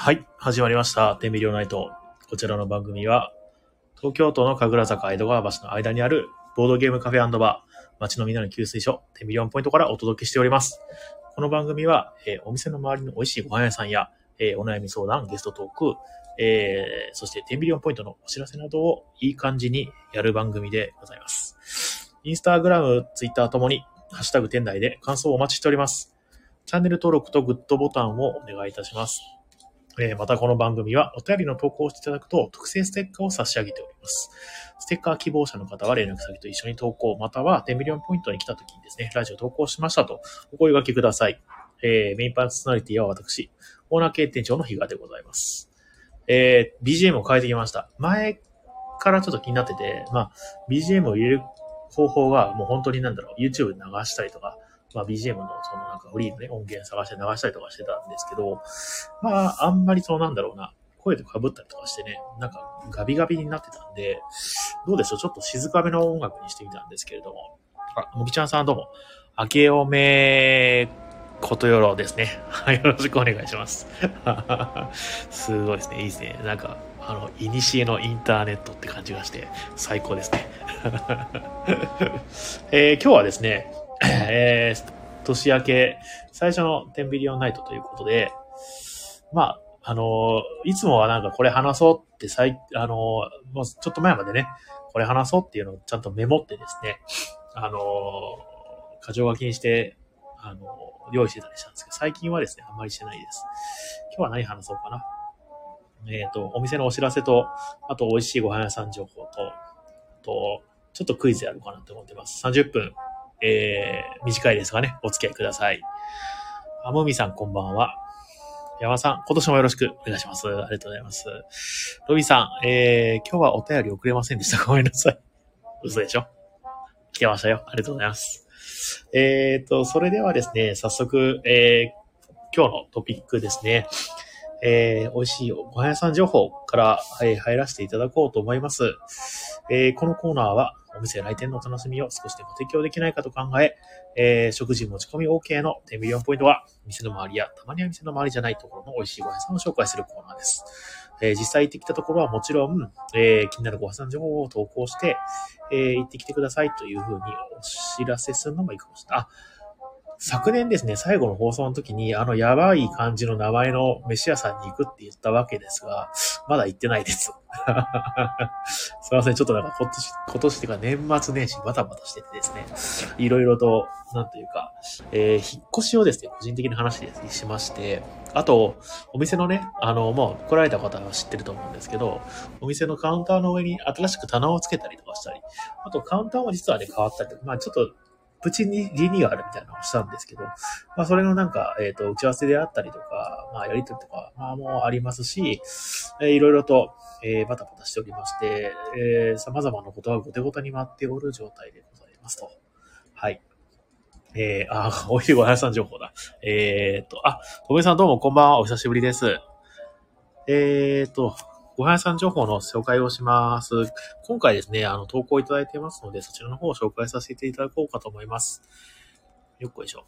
はい、始まりました。テンビリオナイト。こちらの番組は、東京都の神楽坂江戸川橋の間にあるボードゲームカフェ&バー、街のみんなの給水所、テンビリオンポイントからお届けしております。この番組は、お店の周りの美味しいご飯屋さんや、お悩み相談、ゲストトーク、そしてテンビリオンポイントのお知らせなどをいい感じにやる番組でございます。インスタグラム、ツイッターともに、ハッシュタグ店内で感想をお待ちしております。チャンネル登録とグッドボタンをお願いいたします。またこの番組はお便りの投稿をしていただくと特製ステッカーを差し上げております。ステッカー希望者の方は連絡先と一緒に投稿、または10ミリオンポイントに来た時にですね、ラジオ投稿しましたとお声掛けください。メインパーソナリティは私、オーナー系店長の比嘉でございます。BGM を変えてきました。前からちょっと気になってて、BGM を入れる方法がもう本当にYouTube で流したりとか、BGM のそのフリーのね、音源探して流したりとかしてたんですけど、あんまり声と被ったりとかしてね、ガビガビになってたんで、どうでしょう、ちょっと静かめの音楽にしてみたんですけれども。もぎちゃんさんどうも、明けおめことよろですね。よろしくお願いします。すごいですね、いいですね。いにしえのインターネットって感じがして、最高ですね。今日はですね、年明け最初の10ビリオンナイトということで、いつもはこれ話そうってもうちょっと前までね、これ話そうっていうのをちゃんとメモってですね、箇条書きにして、用意してたりしたんですけど、最近はですね、あんまりしてないです。今日は何話そうかな。お店のお知らせと、あと美味しいご飯屋さん情報と、ちょっとクイズやろうかなと思ってます。30分。短いですがね、お付き合いください。もみさんこんばんは。山さん、今年もよろしくお願いします。ありがとうございます。ロビさん、今日はお便り送れませんでした。ごめんなさい。嘘でしょ？来てましたよ。ありがとうございます。それではですね、早速、今日のトピックですね。美味しいご飯屋さん情報から、入らせていただこうと思います。このコーナーはお店来店のお楽しみを少しでも提供できないかと考え、食事持ち込み OK の10ミリオンポイントは店の周りやたまには店の周りじゃないところの美味しいご飯屋さんを紹介するコーナーです。実際行ってきたところはもちろん、気になるご飯屋さん情報を投稿して、行ってきてくださいというふうにお知らせするのもいいかもしれない。昨年ですね、最後の放送の時に、やばい感じの名前の飯屋さんに行くって言ったわけですが、まだ行ってないです。すいません、ちょっと今年っていうか年末年始バタバタしててですね、いろいろと、引っ越しをですね、個人的な話でしまして、あと、お店のね、もう来られた方は知ってると思うんですけど、お店のカウンターの上に新しく棚をつけたりとかしたり、あとカウンターも実はね、変わったりとか、ちょっと、プチにリニューアルみたいなのをしたんですけど、それの打ち合わせであったりとか、やりとりとか、もうありますし、いろいろと、バタバタしておりまして、様々なことはごてごたに回っておる状態でございますと。はい。おいしいごはやさん情報だ。とめさんどうもこんばんは。お久しぶりです。ごはやさん情報の紹介をします。今回ですね、投稿いただいていますので、そちらの方を紹介させていただこうかと思います。よっこいしょ。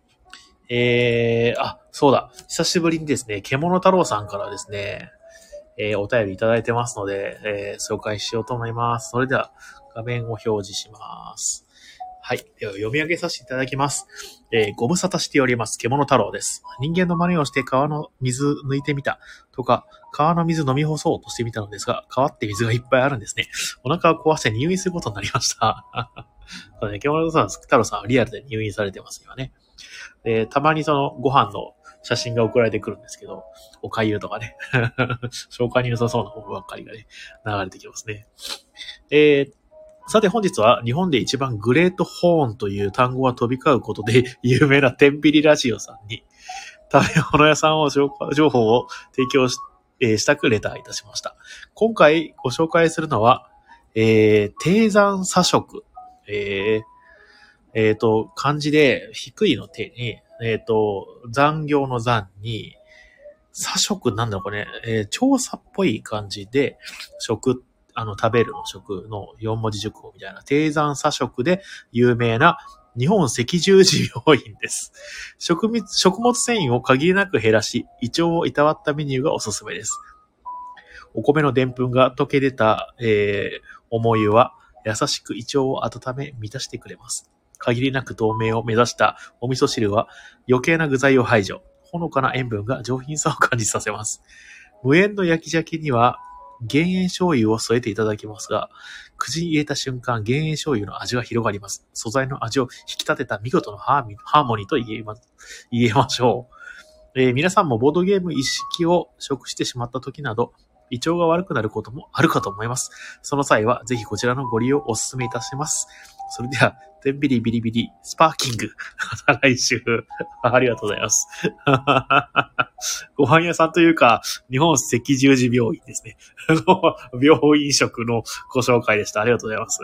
そうだ。久しぶりにですね、獣太郎さんからですね、お便りいただいてますので、紹介しようと思います。それでは、画面を表示します。はい。では読み上げさせていただきます。ご無沙汰しております。獣太郎です。人間の真似をして川の水抜いてみたとか、川の水飲み干そうとしてみたのですが、川って水がいっぱいあるんですね。お腹を壊して入院することになりました。獣太郎さんはリアルで入院されてますよね。たまにそのご飯の写真が送られてくるんですけど、お粥とかね、消化に良さそうなものばっかりがね、流れてきますね。さて本日は日本で一番グレートホーンという単語が飛び交うことで有名なテンビリラジオさんに食べ物屋さんを情報を提供したくレターいたしました。今回ご紹介するのは、低山茶食。漢字で低いの低に、残業の残に、茶食なんだろうこれ、調査っぽい感じで、食食べるの食の4文字熟語みたいな、低山茶食で有名な日本赤十字病院です。食物繊維を限りなく減らし、胃腸をいたわったメニューがおすすめです。お米のでんぷんが溶け出た、重湯は優しく胃腸を温め満たしてくれます。限りなく透明を目指したお味噌汁は余計な具材を排除。ほのかな塩分が上品さを感じさせます。無塩の焼き鮭には減塩醤油を添えていただきますが、口に入れた瞬間、減塩醤油の味が広がります。素材の味を引き立てた見事なハーモニーと言えましょう。皆さんもボードゲーム一式を食してしまった時など、胃腸が悪くなることもあるかと思います。その際は、ぜひこちらのご利用をお勧めいたします。それでは、てんびりビリビリ、スパーキング。また来週。ありがとうございます。ご飯屋さんというか、日本赤十字病院ですね。病院食のご紹介でした。ありがとうございます。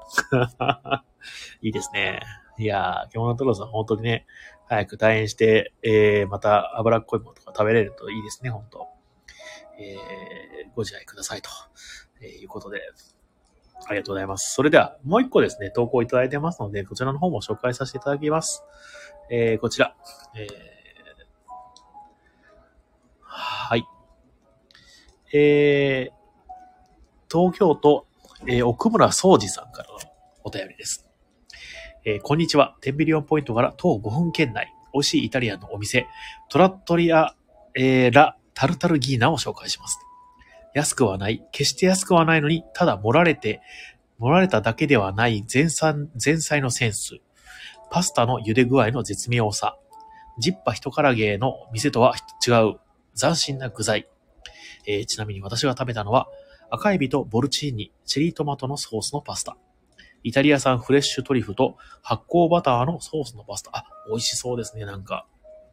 いいですね。いやー、獣太郎さん、本当にね、早く退院して、また脂っこいものとか食べれるといいですね、本当。ご自愛くださいと、いうことで、ありがとうございます。それでは、もう一個ですね、投稿いただいてますので、こちらの方も紹介させていただきます。こちら、はい。東京都、奥村総司さんからのお便りです。こんにちは。テンビリオンポイントから徒歩5分圏内、美味しいイタリアンのお店、トラットリア、ラ・タルタルギーナを紹介します。安くはない、決して安くはないのに、ただ盛られただけではない前菜のセンス、パスタの茹で具合の絶妙さ、ジッパ一からげの店とは違う斬新な具材。ちなみに私が食べたのは赤エビとボルチーニ、チェリートマトのソースのパスタ。イタリア産フレッシュトリュフと発酵バターのソースのパスタ。美味しそうですね、なんか。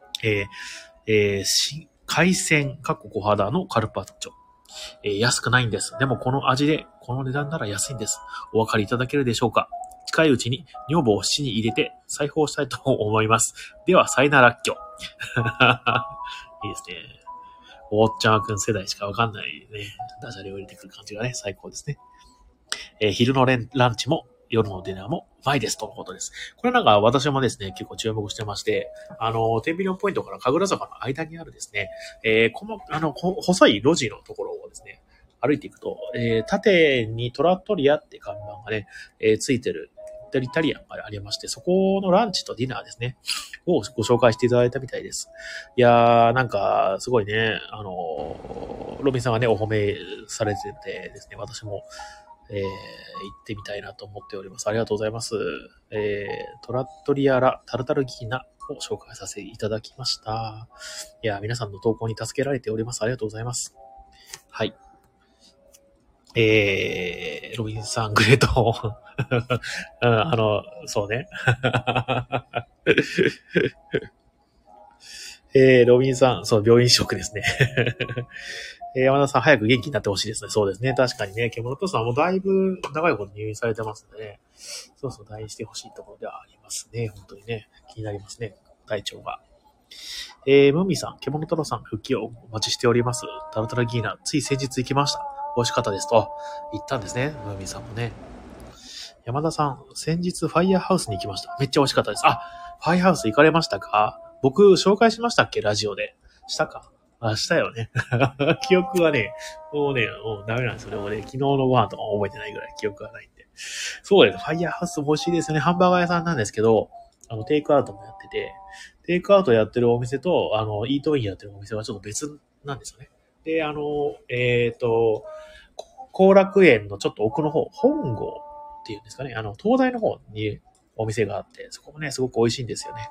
海鮮、小肌のカルパッチョ。安くないんです。でもこの味で、この値段なら安いんです。お分かりいただけるでしょうか。近いうちに女房を七に入れて裁縫したいと思います。では、さよならっきょ。いいですね。おっちゃんくん世代しかわかんないね。ダジャレを入れてくる感じがね、最高ですね。昼のランチも夜のディナーもうまいですとのことです。これなんか私もですね、結構注目してまして、テンビリオンポイントから神楽坂の間にあるですね、細い路地のところをですね、歩いていくと、縦にトラットリアって看板がね、ついてるイタリアンがありまして、そこのランチとディナーですね、をご紹介していただいたみたいです。いやー、なんか、すごいね、ロビンさんがね、お褒めされててですね、私も、行ってみたいなと思っております。ありがとうございます。トラットリアラタルタルギーナを紹介させていただきました。いや、皆さんの投稿に助けられております。ありがとうございます。はい。ロビンさん、グレート。そうね。ロビンさん、そう、病院食ですね。山田さん、早く元気になってほしいですね。そうですね。確かにね、獣とさんもだいぶ長いこと入院されてますのでね。そうそう、退院してほしいところではありますね。本当にね、気になりますね。体調が。ムーミンさん、獣太郎さん、復帰をお待ちしております。タルタルギーナ、つい先日行きました。美味しかったですと。行ったんですね。ムーミンさんもね。山田さん、先日ファイヤーハウスに行きました。めっちゃ美味しかったです。ファイヤーハウス行かれましたか？僕、紹介しましたっけ？ラジオで。したか？したよね。記憶がね、もうダメなんですよね。俺、昨日のご飯とか覚えてないぐらい記憶がないんで。そうです。ファイヤーハウス美味しいですよね。ハンバーガー屋さんなんですけど、テイクアウトもやってて、テイクアウトやってるお店と、イートインやってるお店はちょっと別なんですよね。で、後楽園のちょっと奥の方、本郷っていうんですかね、東大の方にお店があって、そこもね、すごく美味しいんですよね。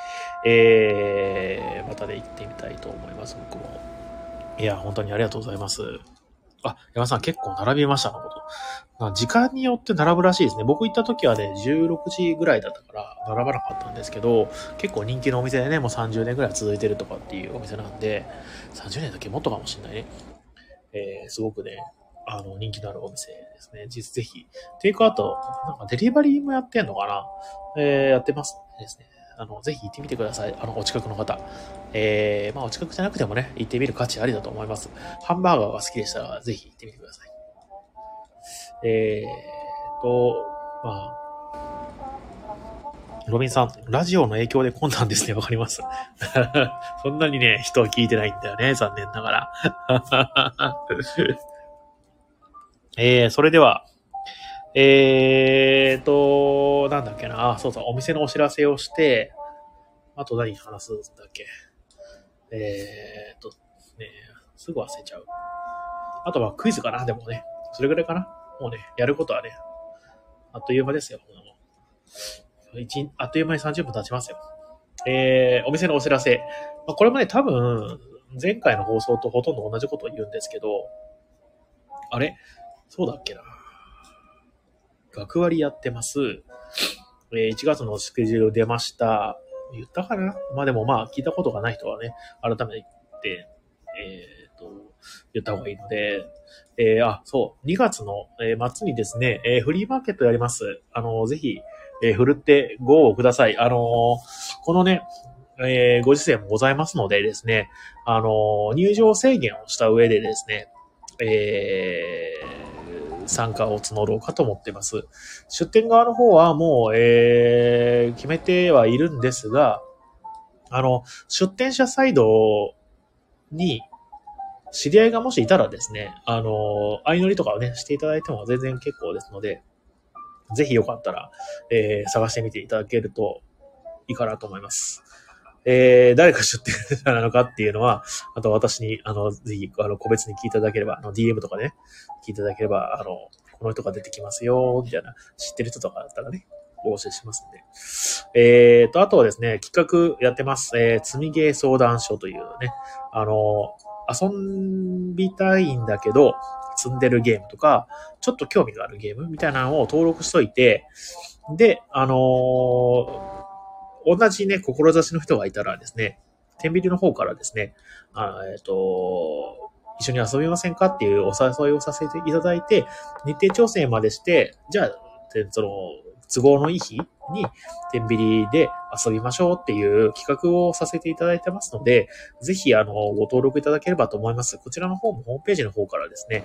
またね、行ってみたいと思います、僕も。いや、本当にありがとうございます。山さん結構並びましたのこと。時間によって並ぶらしいですね。僕行った時はね、16時ぐらいだったから並ばなかったんですけど、結構人気のお店でね、もう30年ぐらい続いてるとかっていうお店なんで、30年だけもっとかもしれないね。すごくね、人気のあるお店ですね。ぜひ、テイクアウト、なんかデリバリーもやってんのかな？やってますですね。ぜひ行ってみてください。お近くの方。お近くじゃなくてもね、行ってみる価値ありだと思います。ハンバーガーが好きでしたら、ぜひ行ってみてください。まあ、 ロビンさん、ラジオの影響で混んだんですね。わかります。そんなにね、人は聞いてないんだよね。残念ながら。それでは、なんだっけな。そうそう、お店のお知らせをして、あと何話すんだっけ。ね、すぐ忘れちゃう。あとはクイズかな。でもね、それぐらいかな。もうね、やることはね、あっという間ですよ。あっという間に30分経ちますよ。お店のお知らせ。これもね、多分、前回の放送とほとんど同じことを言うんですけど、あれそうだっけな。学割やってます。1月のスケジュール出ました。言ったかな。でも聞いたことがない人はね、改めて、言った方がいいので、そう、2月の、末にですね、フリーマーケットやります。ぜひ、ふるってご応募ください。このね、ご時世もございますのでですね、入場制限をした上でですね、参加を募ろうかと思っています。出店側の方はもう、決めてはいるんですが、出店者サイドに知り合いがもしいたらですね、相乗りとかをね、していただいても全然結構ですので、ぜひよかったら、探してみていただけるといいかなと思います。誰が出店者なのかっていうのは、あと私に、ぜひ、個別に聞いていただければ、DM とかね、聞いていただければ、この人が出てきますよ、みたいな、知ってる人とかだったらね、お教えしますんで。あとはですね、企画やってます。積みゲー相談所というね、遊びたいんだけど、積んでるゲームとか、ちょっと興味があるゲームみたいなのを登録しといて、で、同じね、志の人がいたらですね、天秤の方からですね、一緒に遊びませんかっていうお誘いをさせていただいて、日程調整までして、じゃあ、都合のいい日に天秤で遊びましょうっていう企画をさせていただいてますので、ぜひ、ご登録いただければと思います。こちらの方もホームページの方からですね、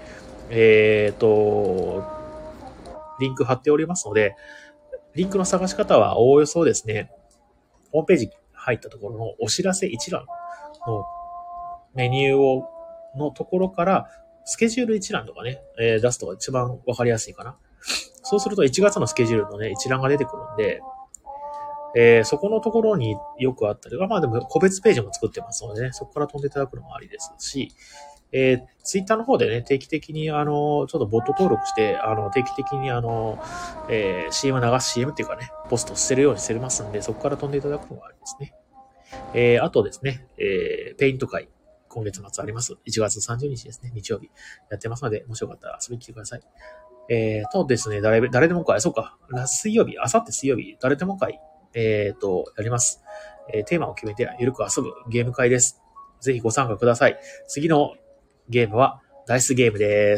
リンク貼っておりますので、リンクの探し方はおおよそですね、ホームページ入ったところのお知らせ一覧のメニューのところから、スケジュール一覧とかね、出すとが一番わかりやすいかな。そうすると1月のスケジュールのね、一覧が出てくるんで、そこのところによくあったり、でも個別ページも作ってますのでね、そこから飛んでいただくのもありですし、ツイッターの方でね、定期的にちょっとボット登録して、定期的にCM 流す CM っていうかね、ポスト捨てるようにしてますんで、そこから飛んでいただくのがありですね。あとですね、ペイント会、今月末あります。1月30日ですね、日曜日やってますので、もしよかったら遊びに来てください。とですね、誰でも会、そうか、水曜日、あさって水曜日、誰でも会、やります。テーマを決めてゆるく遊ぶゲーム会です。ぜひご参加ください。次のゲームはダイスゲームです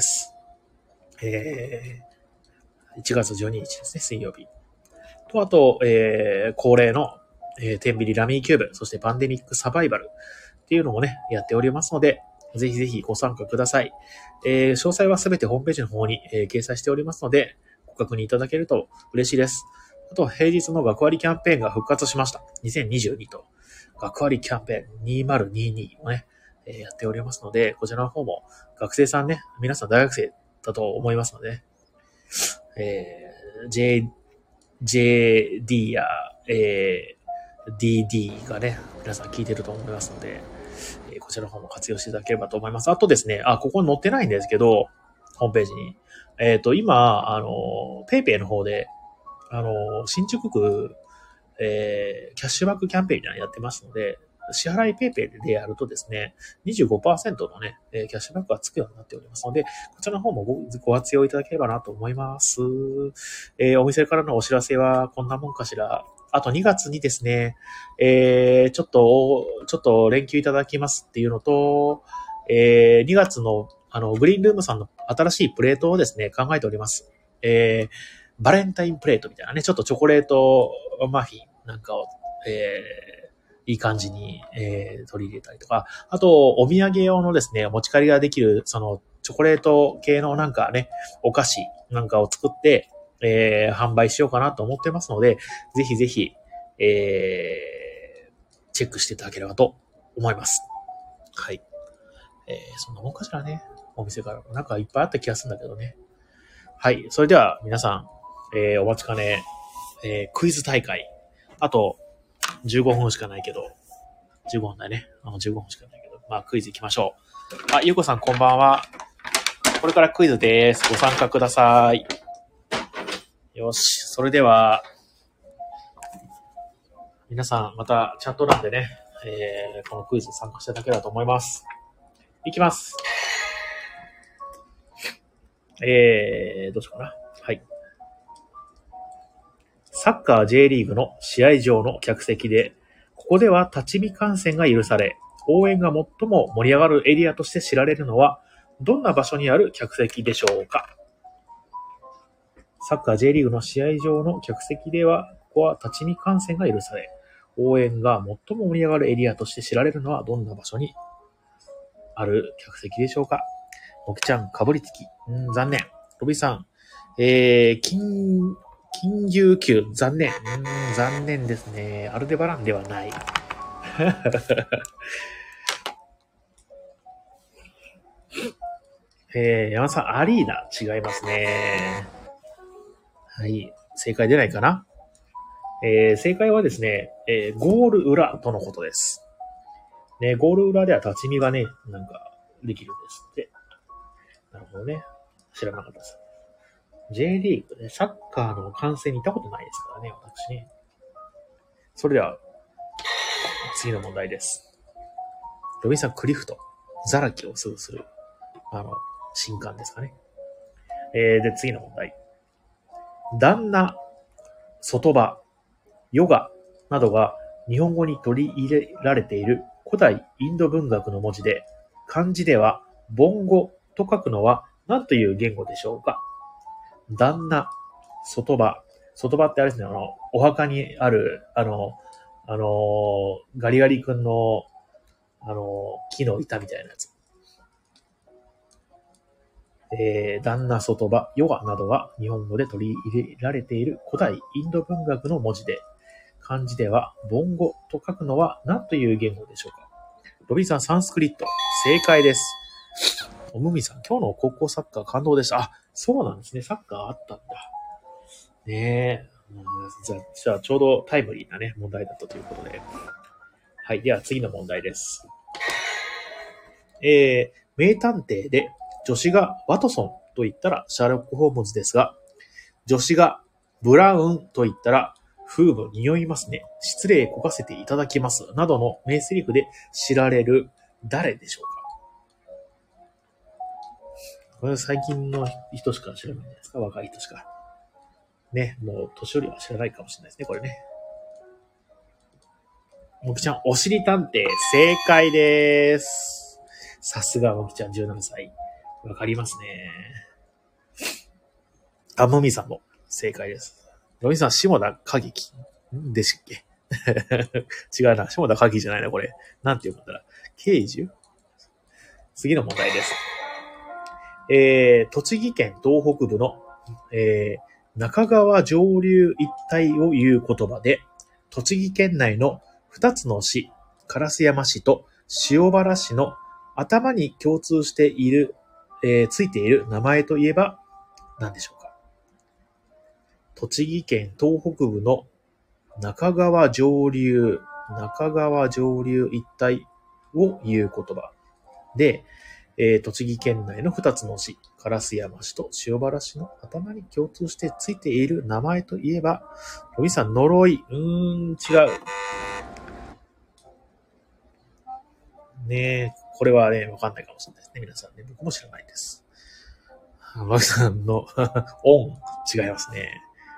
。1月12日ですね、水曜日。と、あと、恒例の、天秤ラミーキューブ、そしてパンデミックサバイバルっていうのもね、やっておりますので、ぜひぜひご参加ください。詳細はすべてホームページの方に、掲載しておりますので、ご確認いただけると嬉しいです。あと、平日の学割キャンペーンが復活しました。2022と、学割キャンペーン2022をね、やっておりますので、こちらの方も学生さんね、皆さん大学生だと思いますので、JD や、DD がね、皆さん聞いてると思いますので、こちらの方も活用していただければと思います。あとですね、ここに載ってないんですけど、ホームページに。今、ペイペイの方で、新宿区、キャッシュバックキャンペーンみたいなのやってますので、支払いペイペイでやるとですね、25% のね、キャッシュバックがつくようになっておりますので、こちらの方もご活用いただければなと思います。お店からのお知らせはこんなもんかしら。あと2月にですね、ちょっと連休いただきますっていうのと、2月のグリーンルームさんの新しいプレートをですね、考えております。バレンタインプレートみたいなね、ちょっとチョコレートマフィンなんかを、いい感じに、取り入れたりとか、あと、お土産用のですね、持ち帰りができる、その、チョコレート系のなんかね、お菓子なんかを作って、販売しようかなと思ってますので、ぜひぜひ、 チェックしていただければと思います。はい。そんなもんかしらね。お店からなんかいっぱいあった気がするんだけどね。はい。それでは皆さん、お待ちかね、クイズ大会。あと、15分しかないけど、15分だね。15分しかないけど、まあクイズ行きましょう。ゆうこさんこんばんは。これからクイズです。ご参加ください。よし。それでは、皆さんまたチャット欄でね、このクイズ参加していただければと思います。いきます。どうしようかな。はい。サッカー J リーグの試合場の客席で、ここでは立ち見観戦が許され、応援が最も盛り上がるエリアとして知られるのは、どんな場所にある客席でしょうか？サッカー J リーグの試合場の客席では、ここは立ち見観戦が許され、応援が最も盛り上がるエリアとして知られるのはどんな場所にある客席でしょうか？もきちゃん、かぶりつき。残念。ロビーさん、金牛球。残念。残念ですね。アルデバランではない。山さん、アリーナ。違いますね。はい。正解出ないかな？正解はですね、ゴール裏とのことです。ね、ゴール裏では立ち見がね、なんか、できるんですって。なるほどね。知らなかったです。J リーグでサッカーの観戦に行ったことないですからね、私ね。それでは、次の問題です。ロビンさん、クリフト。ザラキをすぐする。新刊ですかね。で、次の問題。旦那、外場、ヨガなどが日本語に取り入れられている古代インド文学の文字で、漢字では、盆語と書くのは何という言語でしょうか？旦那、外場。外場ってあれですね、お墓にある、ガリガリ君の、木の板みたいなやつ。旦那、外場、ヨガなどが日本語で取り入れられている古代インド文学の文字で、漢字では、盆語と書くのは何という言語でしょうか？ロビンさん、サンスクリット。正解です。おむみさん、今日の高校サッカー感動でした。あ、そうなんですね。サッカーあったんだ。ねえ。じゃあ、ちょうどタイムリーなね、問題だったということで。はい。では、次の問題です。名探偵で、助手がワトソンと言ったらシャーロック・ホームズですが、助手がブラウンと言ったら、風味匂いますね。失礼こかせていただきます。などの名台詞で知られる誰でしょうか？これ最近の人しか知らないんじゃないですか？若い人しか。ね、もう年寄りは知らないかもしれないですね、これね。もきちゃん、おしり探偵、正解です。さすがもきちゃん17歳。わかりますね。もみさんも正解です。もみさん、下田歌劇でしたっけ？違うな。下田歌劇じゃないな、これ。なんて読むんだら。刑事？次の問題です。栃木県東北部の、中川上流一帯を言う言葉で、栃木県内の2つの市、烏山市と塩原市の頭に共通している、ついている名前といえば何でしょうか？栃木県東北部の中川上流一帯を言う言葉で、栃木県内の2つの市、烏山市と塩原市の頭に共通してついている名前といえば、ロビさん、呪い。違う。ねえ、これはね、わかんないかもしれないですね。皆さんね、僕も知らないです。ロビさんのオン、違いますね。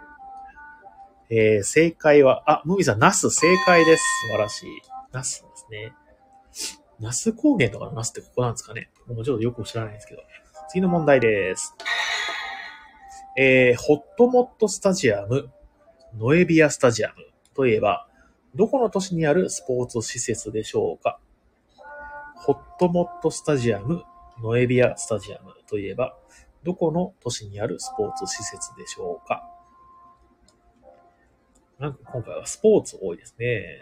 正解は、ムミさん、ナス、正解です。素晴らしい。ナスですね。ナス高原とかのナスってここなんですかね？もうちょっとよく知らないんですけど。次の問題です。ホットモットスタジアム、ノエビアスタジアムといえば、どこの都市にあるスポーツ施設でしょうか？ホットモットスタジアム、ノエビアスタジアムといえば、どこの都市にあるスポーツ施設でしょうか？ なんか今回はスポーツ多いですね。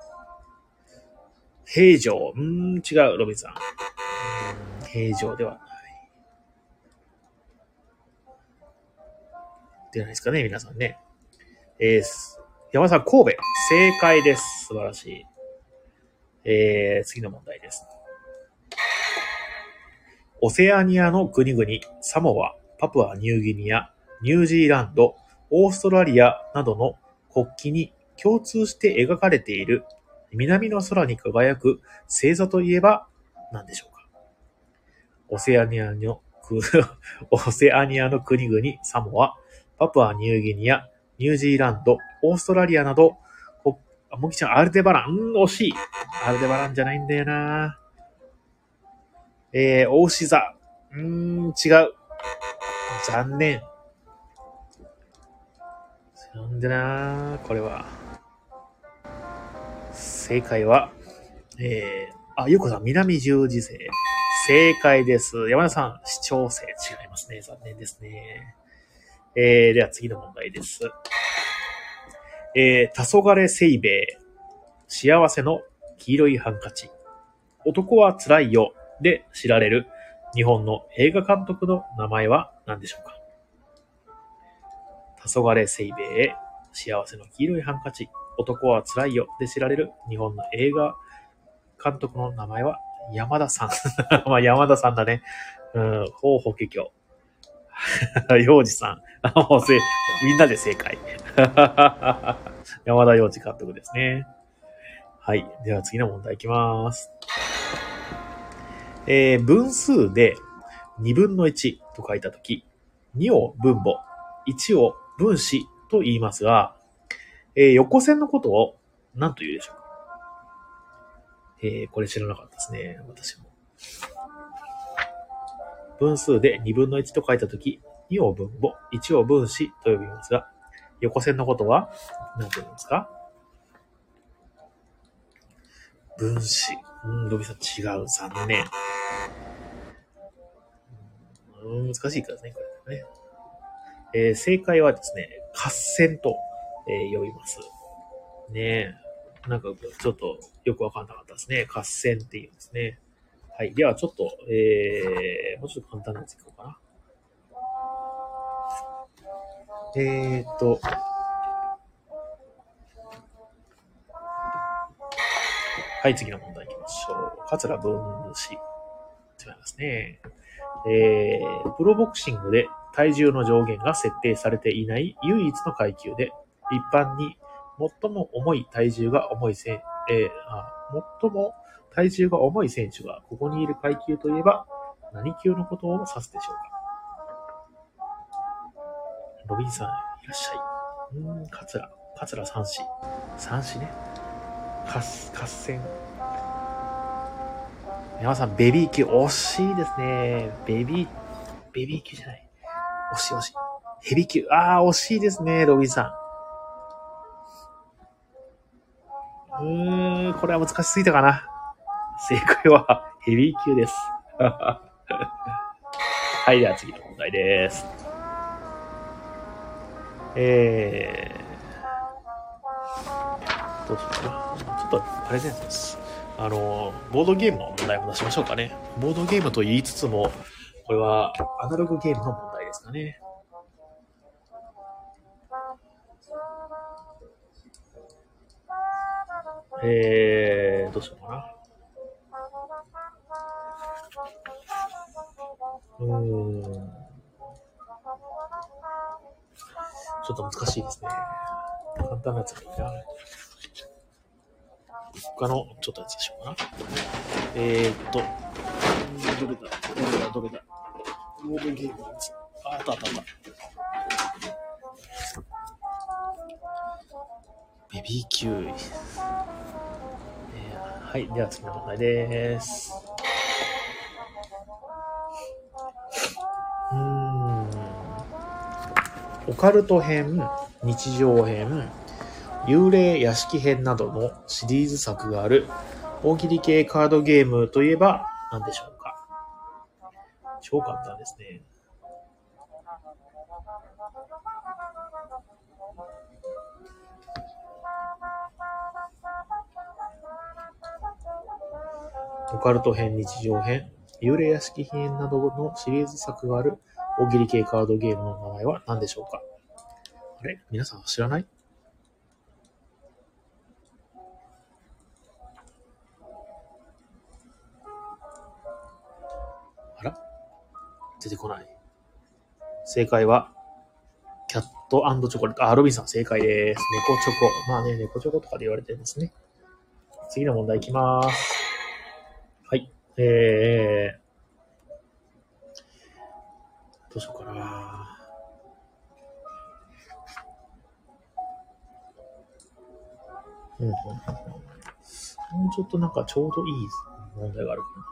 平常。違う、ロビンさん。平常ではない。ではないですかね、皆さんね。山田さん、神戸。正解です。素晴らしい。次の問題です。オセアニアの国々、サモア、パプアニューギニア、ニュージーランド、オーストラリアなどの国旗に共通して描かれている南の空に輝く星座といえば何でしょうか。オセアニアのオセアニアの国々、サモア、パプアニューギニア、ニュージーランド、オーストラリアなど、もぎちゃん、アルデバラン。惜しい。アルデバランじゃないんだよな。お牛座。違う。残念。なんでなこれは。正解は、ゆうこさん、南十字星。正解です。山田さん、視聴星。違いますね。残念ですね。では次の問題です。黄昏せいべい。幸せの黄色いハンカチ。男は辛いよ。で知られる日本の映画監督の名前は何でしょうか。黄昏せいべい。幸せの黄色いハンカチ。男は辛いよ。で知られる日本の映画監督の名前は山田さん。まあ山田さんだね。法法華経。洋二さん。もうみんなで正解。山田洋次監督ですね。はい。では次の問題いきます。分数で2分の1と書いたとき、2を分母、1を分子と言いますが、横線のことを何と言うでしょうか。これ知らなかったですね。私も。分数で2分の1と書いたとき、2を分母、1を分子と呼びますが、横線のことは何と言いますか。分子。ロビさん違う。残念。難しいからね、これね。正解はですね、合線と、呼びます。ねえ。なんかちょっとよくわかんなかったですね。合線っていうんですね。はい。ではちょっと、もうちょっと簡単なやついこうかな。はい、次の問題いきましょう。桂分子。違いますね。プロボクシングで体重の上限が設定されていない唯一の階級で、一般に最も重い体重が重い最も体重が重い選手がここにいる階級といえば何級のことを指すでしょうか。ロビンさん、いらっしゃい。桂三子。三子ね。合戦。山さん、ベビー級、惜しいですね。ベビー級じゃない。惜しい。ヘビ級。惜しいですね、ロビンさん。これは難しすぎたかな。正解はヘビー級です。はい、では次の問題です。どうしようかな。ちょっと、あれです。ボードゲームの問題も出しましょうかね。ボードゲームと言いつつも、これはアナログゲームの問題ですかね。どうしようかな。ちょっと難しいですね。簡単なやつがいいな。他のちょっとやつにしようかな。どれだボードゲームのやつ。あった。ベビーキュー。はい、では次の問題です。オカルト編、日常編、幽霊屋敷編などのシリーズ作がある大喜利系カードゲームといえば何でしょうか。超簡単ですね。 オカルト編、日常編、幽霊屋敷編などのシリーズ作がある大喜利系カードゲームの名前は何でしょうか？あれ？皆さん知らない？あら？出てこない。正解は、キャット&チョコレート。ロビンさん正解です。猫チョコ。まあね、猫チョコとかで言われてるんですね。次の問題いきます。はい。どうしようかな。もうちょっとなんかちょうどいい問題があるかな。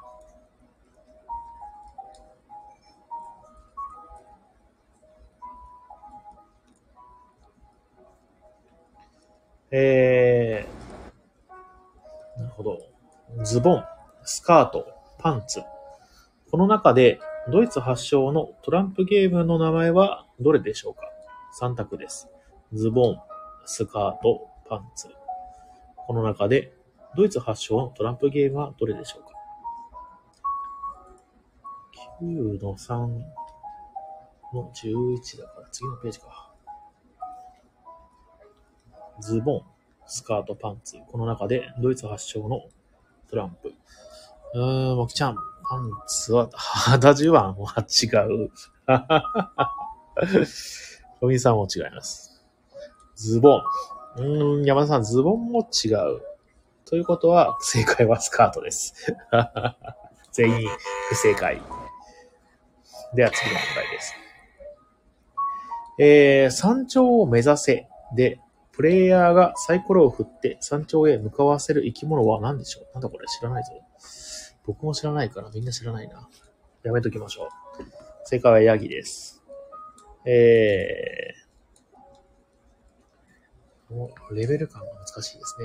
なるほど。ズボン、スカート、パンツ。この中でドイツ発祥のトランプゲームの名前はどれでしょうか？ 3 択です。ズボン、スカート、パンツ。この中でドイツ発祥のトランプゲームはどれでしょうか？ 9 の3の11だから次のページか。ズボン、スカート、パンツ。この中でドイツ発祥のトランプ。もきちゃん、パンツは、肌襦袢は違う。ロビンさんも違います。ズボン。山田さん、ズボンも違う。ということは、正解はスカートです。全員不正解。では次の問題です。山頂を目指せで、プレイヤーがサイコロを振って山頂へ向かわせる生き物は何でしょう？なんだこれ知らないぞ。僕も知らないからみんな知らないな。やめときましょう。正解はヤギです。レベル感が難しいです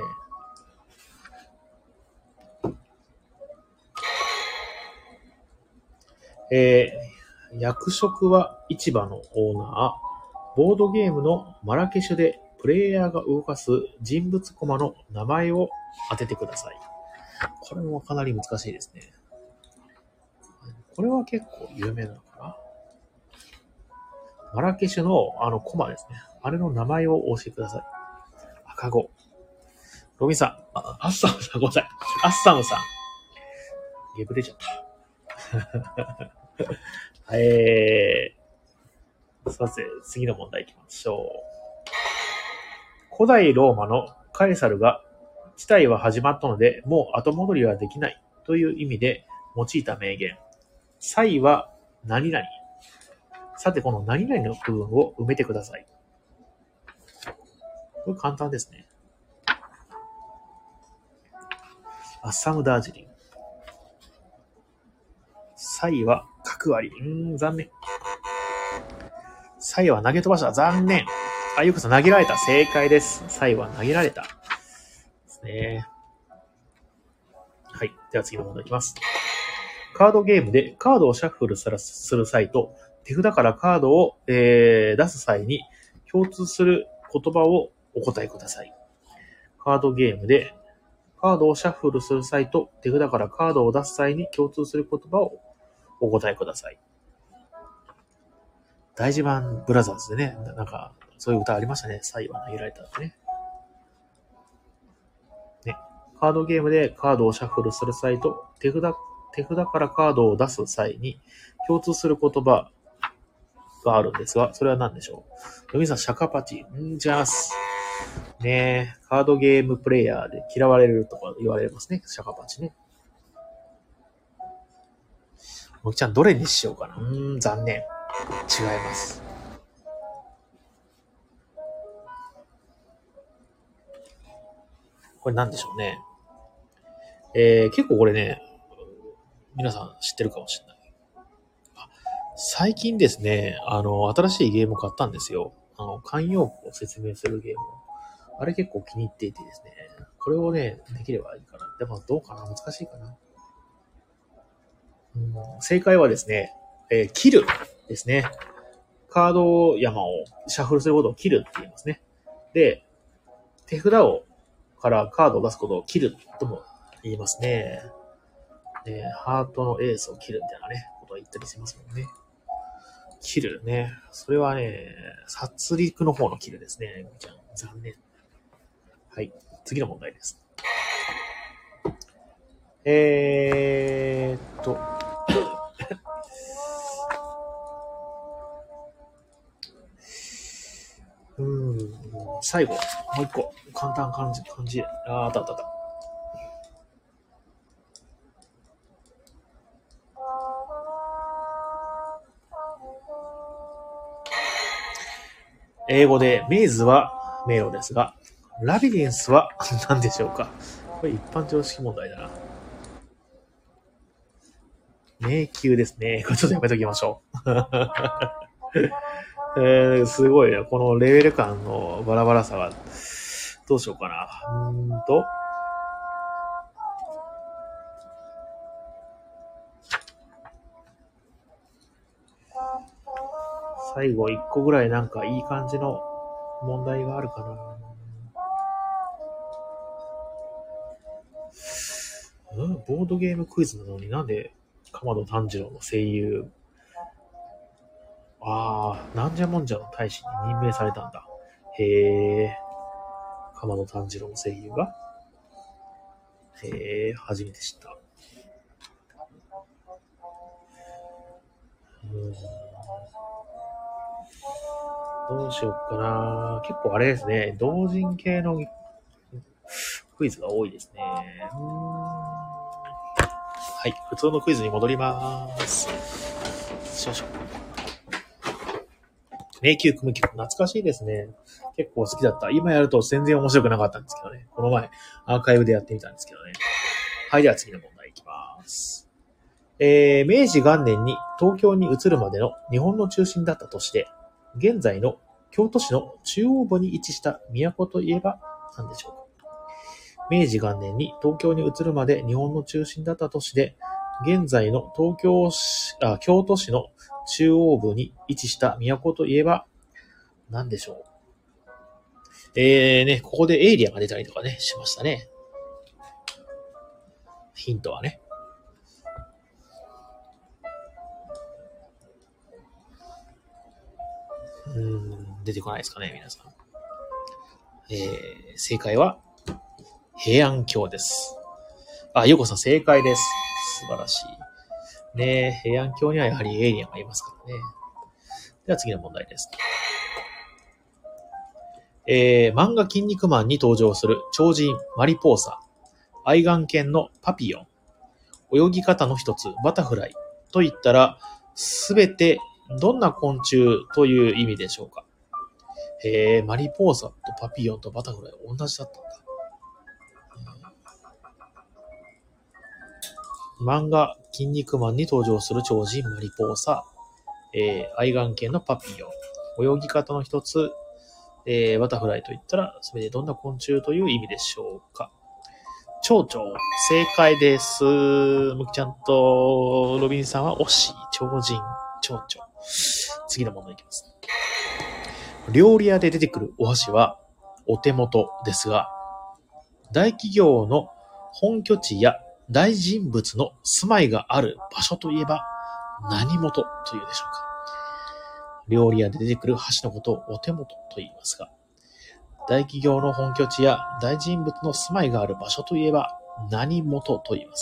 ね。役職は市場のオーナー。ボードゲームのマラケシュでプレイヤーが動かす人物コマの名前を当ててください。これもかなり難しいですね。これは結構有名なのかな。マラケシュのコマですね。あれの名前を教えてください。赤子。ロビンさん。アッサムさん、ごめんなさい。アッサムさん。ゲブ出ちゃった。さて、次の問題行きましょう。古代ローマのカエサルが、事態は始まったので、もう後戻りはできないという意味で用いた名言。際は何々。さて、この何々の部分を埋めてください。これ簡単ですね。アッサムダージリン。際は角割り。残念。際は投げ飛ばした。残念。ゆくさん投げられた。正解です。際は投げられた。ですね。はい。では次の問題いきます。カードゲームでカードをシャッフルする際と手札からカードを、出す際に共通する言葉をお答えください。カードゲームでカードをシャッフルする際と手札からカードを出す際に共通する言葉をお答えください。大事版ブラザーズでね、なんかそういう歌ありましたね。際は投げられたってね。カードゲームでカードをシャッフルする際と手札からカードを出す際に共通する言葉があるんですが、それは何でしょう？皆さん、シャカパチ。違います。ねえ、カードゲームプレイヤーで嫌われるとか言われますね。シャカパチね。もきちゃん、どれにしようかな。残念。違います。これ何でしょうね。結構これね、皆さん知ってるかもしれない。最近ですね、新しいゲームを買ったんですよ。慣用句を説明するゲームを。あれ結構気に入っていてですね、これをね、できればいいかな。でもどうかな？難しいかな。正解はですね、切るですね。カード山をシャッフルすることを切るって言いますね。で、手札からカードを出すことを切るとも言いますね。 ハートのエースを切るみたいなね、ことを言ったりしますもんね。切るね。それはね、殺戮の方の切るですね。みちゃん、残念。はい。次の問題です。最後、もう一個。簡単漢字。あった。英語でメイズは迷路ですが、ラビリンスは何でしょうか？これ一般常識問題だな。迷宮ですね。これちょっとやめときましょう。すごいね。このレベル感のバラバラさは、どうしようかな。最後一個ぐらいなんかいい感じの問題があるかな。ボードゲームクイズなのになんで鎌田炭治郎の声優、なんじゃもんじゃの大使に任命されたんだ。へえ。鎌田炭治郎の声優が初めて知った。どうしようかな。結構あれですね。同人系のクイズが多いですね。はい。普通のクイズに戻ります。よいしょ。迷宮組む曲懐かしいですね。結構好きだった。今やると全然面白くなかったんですけどね。この前アーカイブでやってみたんですけどね。はい。では次の問題いきます。明治元年に東京に移るまでの日本の中心だった都市で、現在の京都市の中央部に位置した都といえば何でしょうか？明治元年に東京に移るまで日本の中心だった都市で、現在の京都市の中央部に位置した都といえば何でしょう？ここでエイリアンが出たりとかね、しましたね。ヒントはね。出てこないですかね、皆さん。正解は、平安京です。ゆうこさん正解です。素晴らしい。ね、平安京にはやはりエイリアンがいますからね。では次の問題です。漫画筋肉マンに登場する超人マリポーサ、愛玩犬のパピヨン、泳ぎ方の一つバタフライといったら、すべてどんな昆虫という意味でしょうか？マリポーサとパピヨンとバタフライ同じだったんだ。漫画筋肉マンに登場する超人マリポーサ、愛玩犬のパピヨン、泳ぎ方の一つ、バタフライといったら、すべてどんな昆虫という意味でしょうか？蝶々、正解です。むきちゃんとロビンさんは惜しい。超人、蝶々。次の問題いきます。料理屋で出てくるお箸はお手元ですが、大企業の本拠地や大人物の住まいがある場所といえば何元というでしょうか？料理屋で出てくる箸のことをお手元と言いますが、大企業の本拠地や大人物の住まいがある場所といえば何元と言います。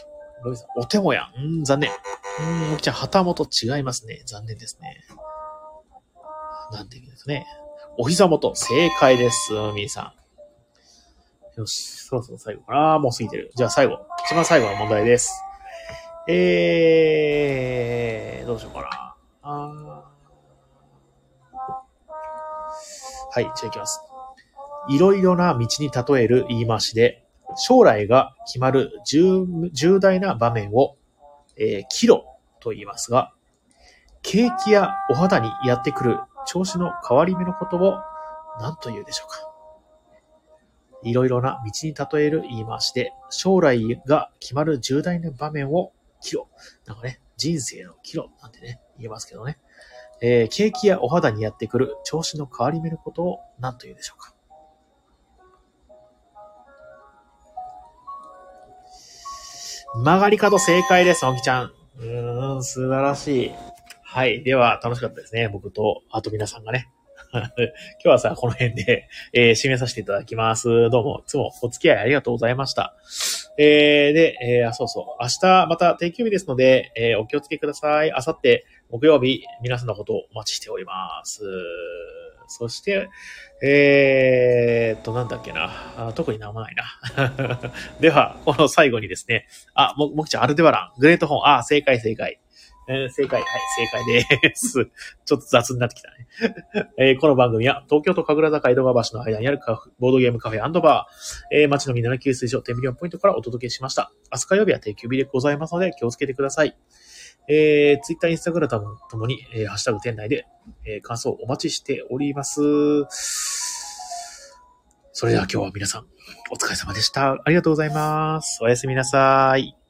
ロビンさん、お手もや。残念。もきちゃん、旗元違いますね。残念ですね。なんて言うんですね。お膝元、正解です。みーさん。よし、そろそろ最後かな。もう過ぎてる。じゃあ最後。一番最後の問題です。どうしようかな。はい、じゃあ行きます。いろいろな道に例える言い回しで、将来が決まる重大な場面を、岐路と言いますが、景気やお肌にやってくる調子の変わり目のことを何と言うでしょうか？いろいろな道に例える言い回しで、将来が決まる重大な場面を岐路。なんかね、人生の岐路なんてね、言えますけどね。景気やお肌にやってくる調子の変わり目のことを何と言うでしょうか？ 曲がり角正解です、おきちゃん。素晴らしい。はい。では、楽しかったですね。僕と、あと皆さんがね。今日はさ、この辺で、締めさせていただきます。どうも、いつもお付き合いありがとうございました。そうそう。明日また定休日ですので、お気をつけください。明後日、木曜日、皆さんのことをお待ちしております。そして、なんだっけな。特になんもないな。では、この最後にですね、もくちゃん、アルデバラン、グレートホーン、正解。正解、はい、正解です。ちょっと雑になってきたね。この番組は東京都神楽坂江戸川橋の間にあるボードゲームカフェ&バー、街のみんなの給水所10ミリオンポイントからお届けしました。明日火曜日は定休日でございますので気をつけてください。ツイッター、インスタグラムともに、ハッシュタグ店内で、感想をお待ちしております。それでは今日は皆さんお疲れ様でした。ありがとうございます。おやすみなさい。